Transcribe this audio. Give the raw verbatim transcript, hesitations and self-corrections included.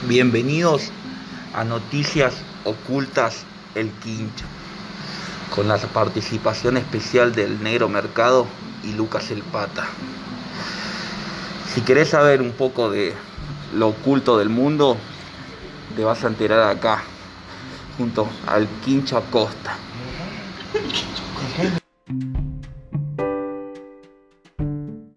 Bienvenidos a Noticias Ocultas El Quincho, con la participación especial del Negro Mercado y Lucas el Pata. Si querés saber un poco de lo oculto del mundo, te vas a enterar acá, junto al Quincho Acosta.